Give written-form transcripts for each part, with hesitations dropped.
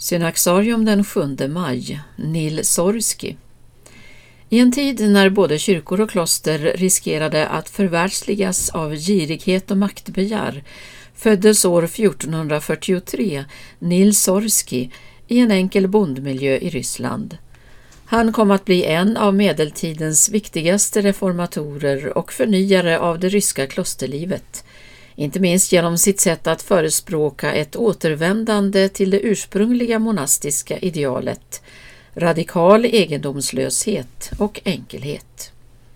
Synaxarium den 7 maj, Nil Sorski. I en tid när både kyrkor och kloster riskerade att förvärldsligas av girighet och maktbegär föddes år 1443 Nil Sorski i en enkel bondmiljö i Ryssland. Han kom att bli en av medeltidens viktigaste reformatorer och förnyare av det ryska klosterlivet, inte minst genom sitt sätt att förespråka ett återvändande till det ursprungliga monastiska idealet, radikal egendomslöshet och enkelhet.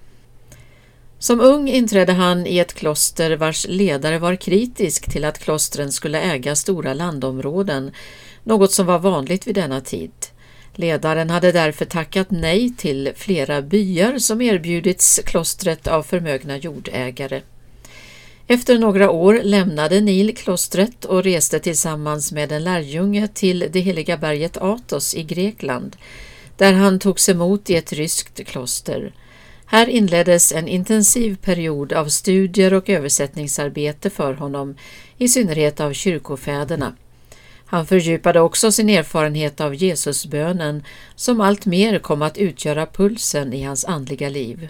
Som ung inträdde han i ett kloster vars ledare var kritisk till att klostren skulle äga stora landområden, något som var vanligt vid denna tid. Ledaren hade därför tackat nej till flera byar som erbjudits klostret av förmögna jordägare. Efter några år lämnade Nil klostret och reste tillsammans med en lärjunge till det heliga berget Athos i Grekland, där han togs emot i ett ryskt kloster. Här inleddes en intensiv period av studier och översättningsarbete för honom, i synnerhet av kyrkofäderna. Han fördjupade också sin erfarenhet av Jesusbönen, som allt mer kom att utgöra pulsen i hans andliga liv.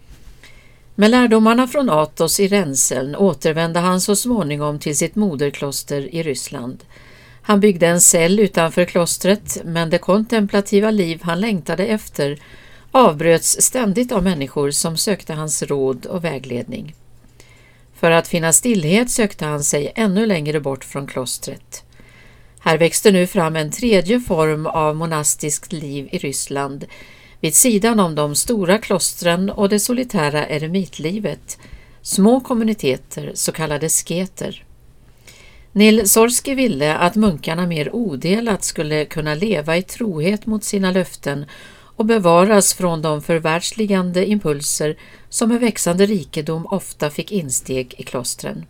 Med lärdomarna från Athos i ränseln återvände han så småningom till sitt moderkloster i Ryssland. Han byggde en cell utanför klostret, men det kontemplativa liv han längtade efter avbröts ständigt av människor som sökte hans råd och vägledning. För att finna stillhet sökte han sig ännu längre bort från klostret. Här växte nu fram en tredje form av monastiskt liv i Ryssland, vid sidan om de stora klostren och det solitära eremitlivet, små kommuniteter, så kallade sketer. Nil Sorski ville att munkarna mer odelat skulle kunna leva i trohet mot sina löften och bevaras från de förvärldsligande impulser som med växande rikedom ofta fick insteg i klostren.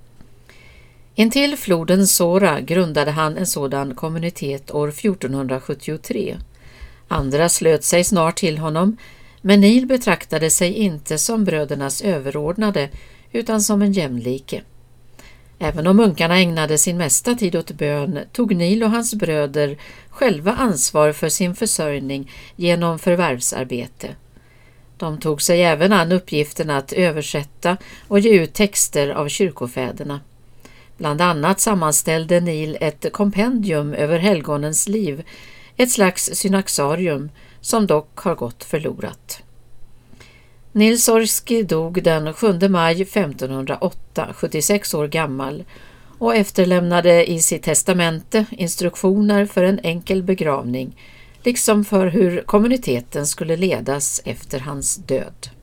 Intill floden Sora grundade han en sådan kommunitet år 1473. Andra slöt sig snart till honom, men Nil betraktade sig inte som brödernas överordnade utan som en jämlike. Även om munkarna ägnade sin mesta tid åt bön tog Nil och hans bröder själva ansvar för sin försörjning genom förvärvsarbete. De tog sig även an uppgiften att översätta och ge ut texter av kyrkofäderna. Bland annat sammanställde Nil ett kompendium över helgonens liv, ett slags synaxarium som dock har gått förlorat. Nil Sorski dog den 7 maj 1508, 76 år gammal, och efterlämnade i sitt testamente instruktioner för en enkel begravning, liksom för hur kommuniteten skulle ledas efter hans död.